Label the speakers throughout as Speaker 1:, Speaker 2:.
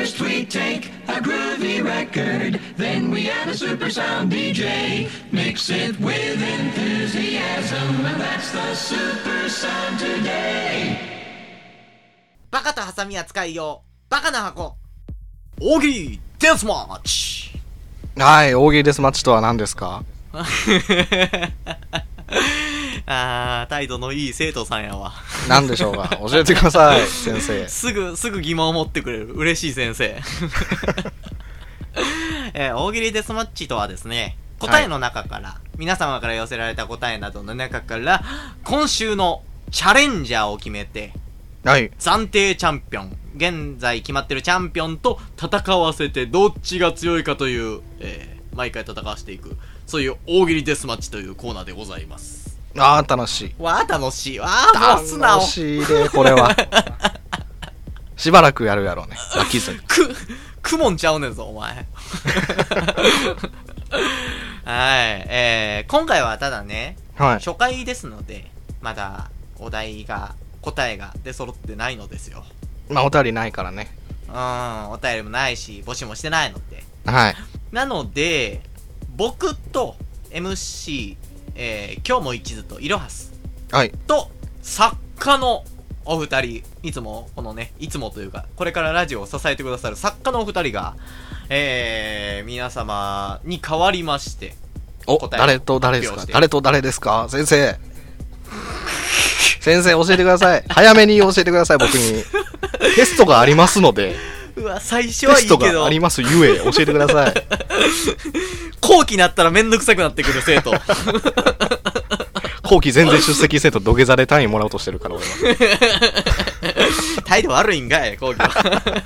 Speaker 1: First we take a groovy record, then we add a super sound DJ. Mix it with enthusiasm, and that's the super sound today.
Speaker 2: バカとハサミ扱い用バカな箱大喜利デスマッチ。
Speaker 3: はい、大喜利デスマッチとは何ですか？
Speaker 2: 態度のいい生徒さんやわ。
Speaker 3: 何でしょうか、教えてください先生。
Speaker 2: すぐ疑問を持ってくれる嬉しい先生。大喜利デスマッチとはですね、答えの中から、皆様から寄せられた答えなどの中から今週のチャレンジャーを決めて、
Speaker 3: はい、
Speaker 2: 暫定チャンピオン、現在決まってるチャンピオンと戦わせてどっちが強いかという、毎回戦わせていく、そういう大喜利デスマッチというコーナーでございます。
Speaker 3: あー楽しい。
Speaker 2: 楽しい。もう素直。
Speaker 3: 楽しいで、これは。しばらくやるやろうね。飽きずに。
Speaker 2: くもんちゃうねんぞ、お前。はい。今回はただね、
Speaker 3: はい、
Speaker 2: 初回ですので、まだお題が、答えが出揃ってないのですよ。
Speaker 3: まあ、お便りないからね。
Speaker 2: お便りもないし、募集もしてないので。
Speaker 3: はい。
Speaker 2: なので、僕と MC、今日も一途といろはす。
Speaker 3: はい。
Speaker 2: と、作家のお二人、いつも、このね、いつもというか、これからラジオを支えてくださる作家のお二人が、皆様に代わりまして、
Speaker 3: 誰と誰ですか？誰と誰ですか？先生。先生、教えてください。早めに教えてください、僕に。テストがありますので。
Speaker 2: うわ、最初はいいけど。
Speaker 3: テストがありますゆえ、教えてください。
Speaker 2: 後期になったらめんどくさくなってくる生徒。
Speaker 3: 後期全然出席せんと土下座で単位もらおうとしてるから、俺は。
Speaker 2: 態度悪いんかい、後期は。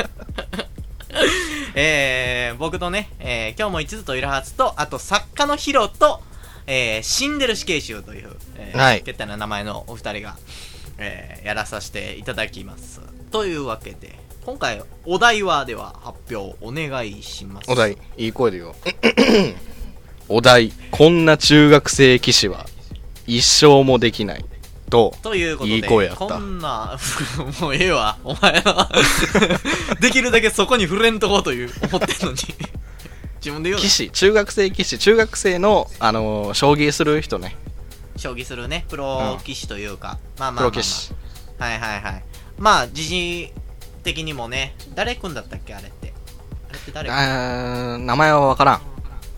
Speaker 2: 僕とね、今日も一途といろはすと、あと作家のヒロと、死んでる死刑囚という、
Speaker 3: はい、
Speaker 2: 決定な名前のお二人が、やらさせていただきます。というわけで、今回お題はでは発表お願いします。
Speaker 3: お題、いい声でよ。お題、こんな中学生棋士は一生もできないと
Speaker 2: いうことで、
Speaker 3: いい声やった。
Speaker 2: こんなもうええわ、お前は。できるだけそこに触れんとこうという思ってんのに。自分で言うの。
Speaker 3: 棋士、中学生棋士、中学生の将棋する人ね。
Speaker 2: 将棋するね、プロ棋士というか、まあ、
Speaker 3: プロ棋士。
Speaker 2: はいはいはい。まあ、時事的にもね、誰組んだったっけ、あれって。あれって誰
Speaker 3: 名前はわからん。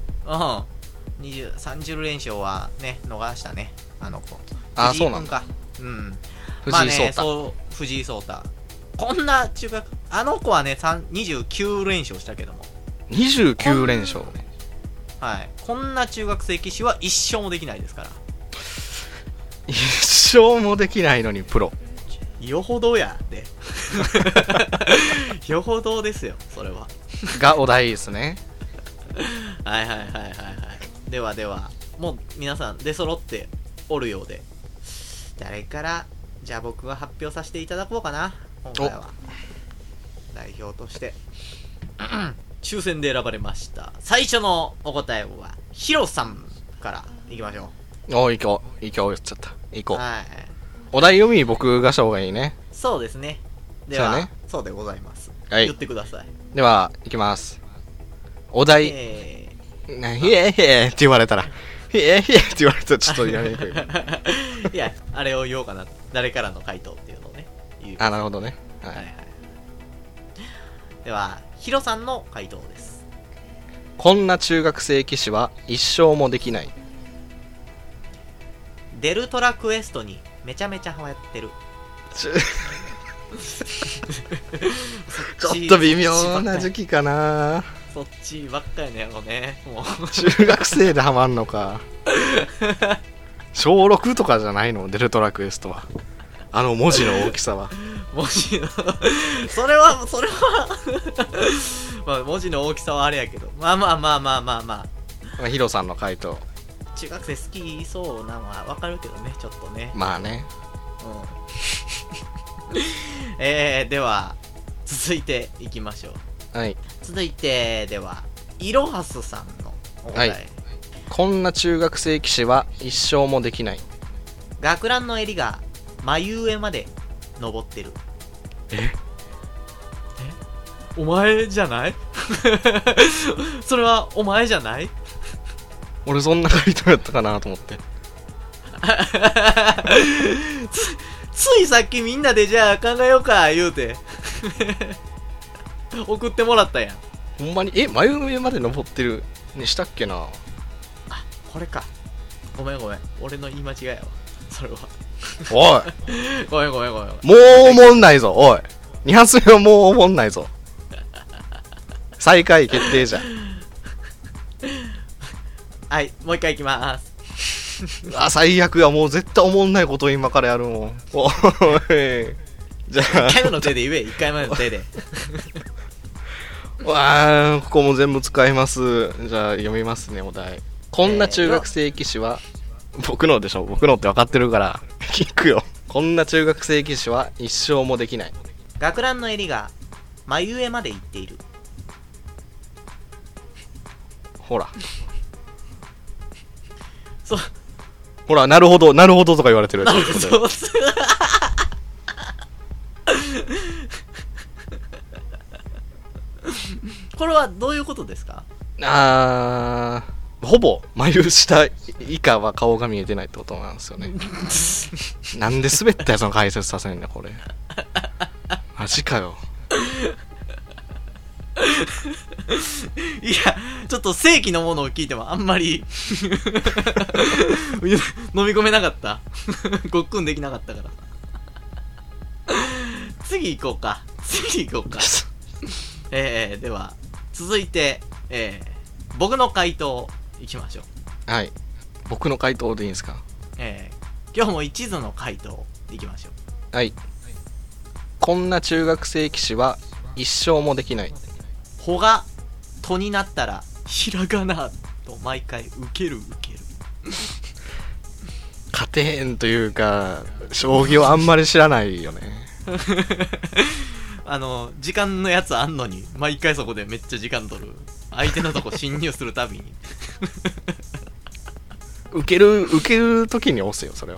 Speaker 2: 30連勝はね、逃したね、あの子。
Speaker 3: そうなんだ。
Speaker 2: うん。
Speaker 3: 藤井聡太。
Speaker 2: まあね、藤井聡太。こんな中学、あの子はね、29連勝したけども。
Speaker 3: 29連勝。
Speaker 2: はい。こんな中学生棋士は一生もできないですから。
Speaker 3: 一生もできないのにプロ。
Speaker 2: よほどやで。よほどですよ、それは。
Speaker 3: がお題ですね。
Speaker 2: はい。では、もう皆さん出揃っておるようで。誰から、じゃあ僕が発表させていただこうかな、今回は。代表として。抽選で選ばれました。最初のお答えは、ヒロさんからいきましょう。
Speaker 3: 行こう、言っちゃった。行こう。
Speaker 2: はい。
Speaker 3: お題読み僕がした方がいいね。
Speaker 2: そうですね。では、そうでございます。はい。言ってください。
Speaker 3: では、いきます。お題。ひえって言われたら、ひえって言われたらちょっとやりにくい。
Speaker 2: いや、あれを言おうかな。誰からの回答っていうのをね。
Speaker 3: なるほどね。
Speaker 2: はい。では、ヒロさんの回答です。
Speaker 3: こんな中学生棋士は一生もできない。
Speaker 2: デルトラクエストにめちゃめちゃハマってる。
Speaker 3: ちょっと微妙な時期かな。
Speaker 2: そっちばっかりね、もうね。もう
Speaker 3: 中学生でハマんのか。小6とかじゃないの、デルトラクエストは。文字の大きさは。
Speaker 2: 文字のそれはまあ文字の大きさはあれやけど、まあ
Speaker 3: ヒロさんの回答。
Speaker 2: 中学生好きそうなのはわかるけどね、ちょっとね。
Speaker 3: まあね。
Speaker 2: では続いていきましょう。
Speaker 3: はい。
Speaker 2: 続いてでは、イロハスさんのお答え。はい。
Speaker 3: こんな中学生棋士は一生もできない。
Speaker 2: 学ランの襟が眉上まで登ってる。 お前じゃないそれはお前じゃない？
Speaker 3: 俺そんな回答やったかなと思って
Speaker 2: ついさっきみんなでじゃあ考えようか言うて送ってもらったやん。
Speaker 3: ほんまに眉上まで登ってるにしたっけな。
Speaker 2: あ、これか。ごめん俺の言い間違いやわそれは。
Speaker 3: おい
Speaker 2: ごめんもう
Speaker 3: おもんないぞ。おい2発目はもうおもんないぞ。最下位決定じゃん。
Speaker 2: はい、もう一回いきます。
Speaker 3: 最悪や。もう絶対おもんないこと今からやるもん。おいじゃあ
Speaker 2: 1回目の手で言え。1回目の手で
Speaker 3: わあ、ここも全部使います。じゃあ読みますね、お題。こんな中学生棋士は、僕のでしょ、僕のって分かってるから聞くよ。こんな中学生棋士は一生もできない。
Speaker 2: 学ランの襟が眉上までいっている。
Speaker 3: ほら
Speaker 2: そう、
Speaker 3: ほら、なるほどとか言われてる。
Speaker 2: なるほどこれはどういうことですか？
Speaker 3: ほぼ眉下以下は顔が見えてないってことなんですよね。なんで滑ったやつの解説させんねんこれ。マジかよ。
Speaker 2: いや、ちょっと正規のものを聞いてもあんまり飲み込めなかった。ごっくんできなかったから。次行こうか。では続いて、僕の回答いきましょう。
Speaker 3: はい、僕の回答でいいんですか？
Speaker 2: 今日も一途の回答いきましょ
Speaker 3: う。はい。こんな中学生棋士は一生もできない。
Speaker 2: ほがとになったらひらがなと毎回ウケる
Speaker 3: 勝てへんというか、将棋をあんまり知らないよね。
Speaker 2: 時間のやつあんのに毎回そこでめっちゃ時間取る。相手のとこ侵入するたびに
Speaker 3: 受ける時に押せよそれは。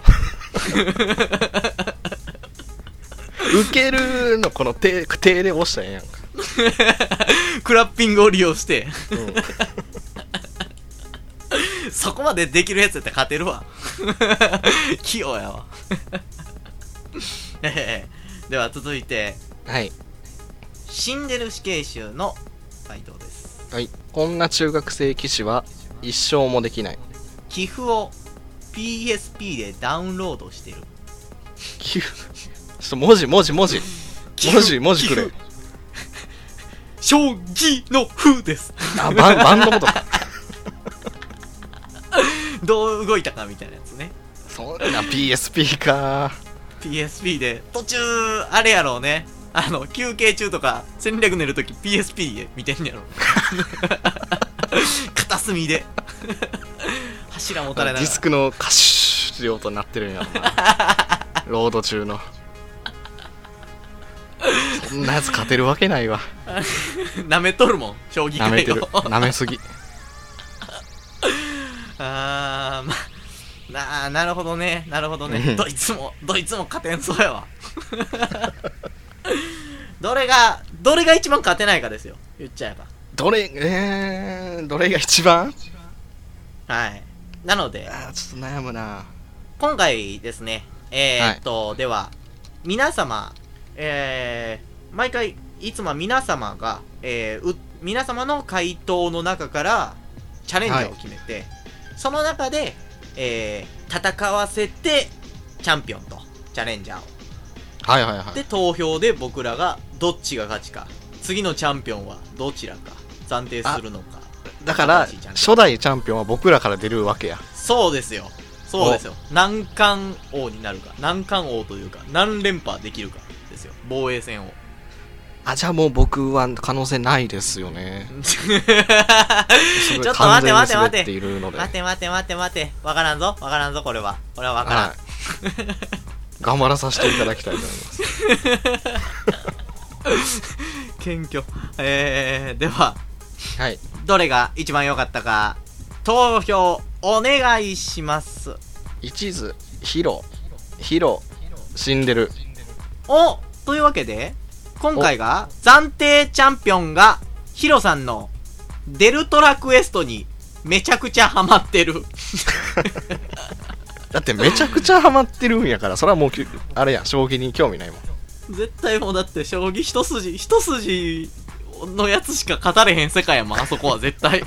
Speaker 3: 受けるのこの手で押したらええやんか。
Speaker 2: クラッピングを利用して、そこまでできるやつやったら勝てるわ。器用やわ。では続いて、
Speaker 3: はい、
Speaker 2: 死んでる死刑囚の回答です。
Speaker 3: はい。こんな中学生棋士は一生もできない。
Speaker 2: 寄付を PSP でダウンロードしてる。
Speaker 3: 寄付ちょっと文字くれ。
Speaker 2: 将棋の風です。
Speaker 3: あ、バンドのことか。
Speaker 2: どう動いたかみたいなやつね。
Speaker 3: そんな PSP か。
Speaker 2: PSP で途中あれやろうね、休憩中とか戦略練るとき PSP で見てんねやろ。片隅で柱持たれながら
Speaker 3: ディスクのカシューって音になってるんやろな。ロード中の。そんなやつ勝てるわけないわ。
Speaker 2: 舐めとるもん将棋界を。
Speaker 3: 舐めてる。舐めすぎ。
Speaker 2: なるほどね。どいつも勝てんそうやわ。どれが一番勝てないかですよ、言っちゃえば。どれ
Speaker 3: が一番？
Speaker 2: はい。なので
Speaker 3: ちょっと悩むな。
Speaker 2: 今回ですね、では皆様、毎回いつも皆様が、皆様の回答の中からチャレンジャーを決めて、その中で、戦わせてチャンピオンとチャレンジャーを、で投票で僕らがどっちが勝ちか、次のチャンピオンはどちらか暫定するのか。
Speaker 3: だから初代チャンピオンは僕らから出るわけや。
Speaker 2: そうですよ。何冠王になるか、何冠王というか何連覇できるかですよ、防衛戦を。
Speaker 3: じゃあもう僕は可能性ないですよね。
Speaker 2: ちょっと待て。待て。わからんぞ、これはわからん。
Speaker 3: 頑張らさせていただきたいと思います。
Speaker 2: 謙虚。では、
Speaker 3: はい、
Speaker 2: どれが一番良かったか投票お願いします。
Speaker 3: 一途、ヒロ死んでる。
Speaker 2: というわけで今回が暫定チャンピオンがヒロさんのデルトラクエストにめちゃくちゃハマってる
Speaker 3: だってめちゃくちゃハマってるんやから、それはもうあれや、将棋に興味ないもん。
Speaker 2: 絶対もうだって将棋一筋のやつしか勝たれへん世界やもん、あそこは絶対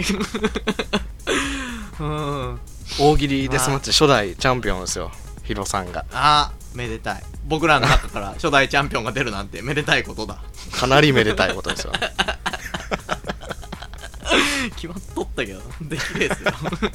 Speaker 3: 大喜利デスマッチ初代チャンピオンですよ、ヒロさんが。
Speaker 2: めでたい。僕らの中から初代チャンピオンが出るなんてめでたいことだ。
Speaker 3: かなりめでたいことですよ
Speaker 2: 決まっとったけどできれいですよ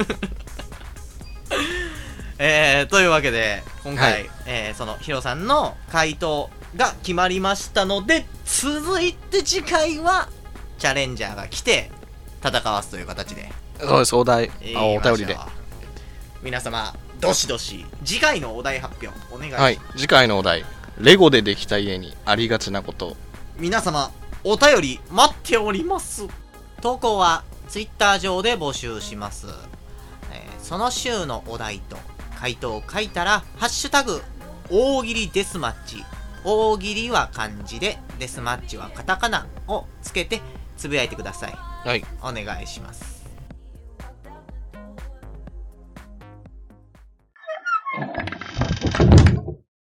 Speaker 2: というわけで今回、そのヒロさんの回答が決まりましたので、続いて次回はチャレンジャーが来て戦わすという形で。
Speaker 3: そうです、お便りで
Speaker 2: 皆様どしどし次回のお題発表お願いします。
Speaker 3: はい、次回のお題、レゴでできた家にありがちなこと。
Speaker 2: 皆様お便り待っております。投稿はツイッター上で募集します。その週のお題と回答を書いたらハッシュタグ大喜利デスマッチ、大喜利は漢字でデスマッチはカタカナをつけてつぶやいてください。
Speaker 3: はい、
Speaker 2: お願いします。